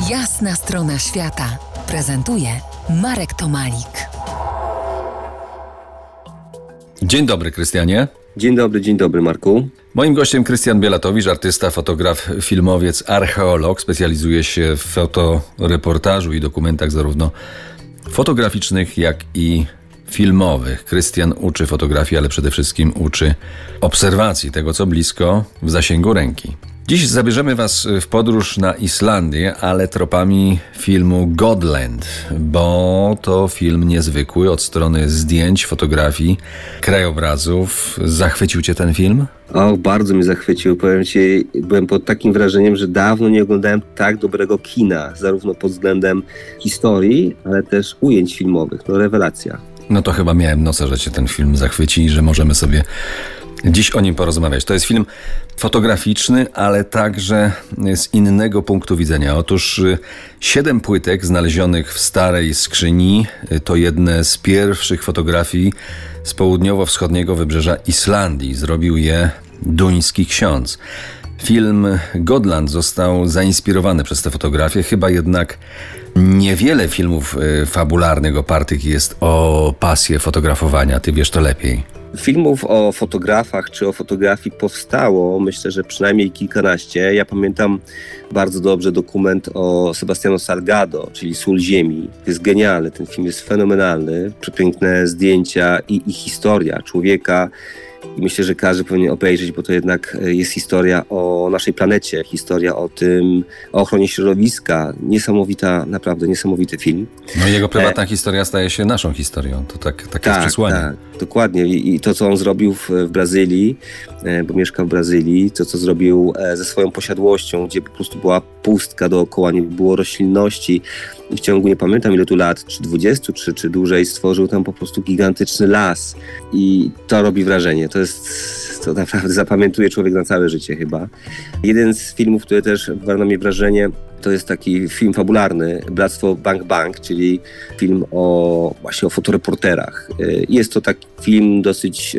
Jasna strona świata prezentuje Marek Tomalik. Dzień dobry, Krystianie. Dzień dobry, Marku. Moim gościem Krystian Bielatowicz, artysta, fotograf, filmowiec, archeolog. Specjalizuje się w fotoreportażu i dokumentach zarówno fotograficznych, jak i filmowych. Krystian uczy fotografii, ale przede wszystkim uczy obserwacji tego, co blisko, w zasięgu ręki. Dziś zabierzemy Was w podróż na Islandię, ale tropami filmu Godland, bo to film niezwykły od strony zdjęć, fotografii, krajobrazów. Zachwycił Cię ten film? O, bardzo mnie zachwycił. Powiem Ci, byłem pod takim wrażeniem, że dawno nie oglądałem tak dobrego kina, zarówno pod względem historii, ale też ujęć filmowych. No, rewelacja. No to chyba miałem nosa, że Cię ten film zachwyci i że możemy sobie dziś o nim porozmawiać. To jest film fotograficzny, ale także z innego punktu widzenia. Otóż 7 płytek znalezionych w starej skrzyni to jedne z pierwszych fotografii z południowo-wschodniego wybrzeża Islandii. Zrobił je duński ksiądz. Film Godland został zainspirowany przez te fotografie, chyba jednak niewiele filmów fabularnych opartych jest o pasję fotografowania. Ty wiesz to lepiej. Filmów o fotografach czy o fotografii powstało, myślę, że przynajmniej kilkanaście. Ja pamiętam bardzo dobrze dokument o Sebastiano Salgado, czyli Sól Ziemi. Jest genialny, ten film jest fenomenalny. Przepiękne zdjęcia i historia człowieka. I myślę, że każdy powinien obejrzeć, bo to jednak jest historia o naszej planecie, historia o ochronie środowiska. Niesamowita, naprawdę niesamowity film. No i jego prywatna historia staje się naszą historią. To tak jest przesłanie. Tak, dokładnie. I to, co on zrobił w Brazylii, bo mieszkał w Brazylii, to, co zrobił ze swoją posiadłością, gdzie po prostu była pustka dookoła, nie było roślinności. I w ciągu, nie pamiętam ile tu lat, czy 20, czy dłużej, stworzył tam po prostu gigantyczny las. I to robi wrażenie. To naprawdę zapamiętuje człowiek na całe życie chyba. Jeden z filmów, który też wywarł na mnie wrażenie, to jest taki film fabularny, Bractwo Bang Bang, czyli film właśnie o fotoreporterach. Jest to taki film dosyć,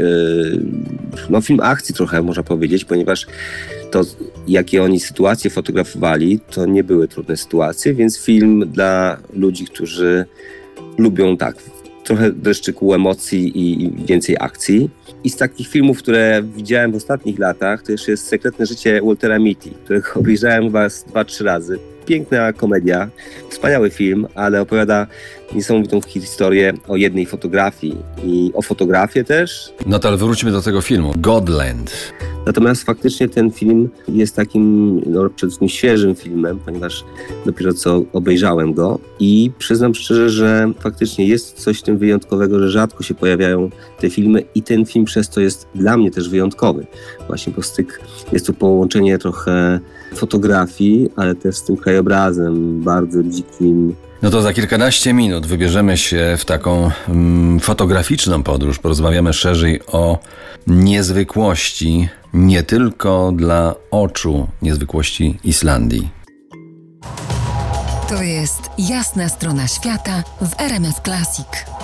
film akcji trochę można powiedzieć, ponieważ to, jakie oni sytuacje fotografowali, to nie były trudne sytuacje, więc film dla ludzi, którzy lubią trochę dreszczyku emocji i więcej akcji. I z takich filmów, które widziałem w ostatnich latach, to jeszcze jest Sekretne życie Waltera Mitty, którego obejrzałem chyba 2-3 razy. Piękna komedia, wspaniały film, ale opowiada niesamowitą historię o jednej fotografii i o fotografię też. No to ale wróćmy do tego filmu, Godland. Natomiast faktycznie ten film jest takim przede wszystkim świeżym filmem, ponieważ dopiero co obejrzałem go i przyznam szczerze, że faktycznie jest coś w tym wyjątkowego, że rzadko się pojawiają te filmy i ten film przez to jest dla mnie też wyjątkowy. Właśnie jest to połączenie trochę fotografii, ale też z tym krajobrazem bardzo dzikim. No to za kilkanaście minut wybierzemy się w taką fotograficzną podróż. Porozmawiamy szerzej o niezwykłości, nie tylko dla oczu, niezwykłości Islandii. To jest Jasna strona świata w RMF Classic.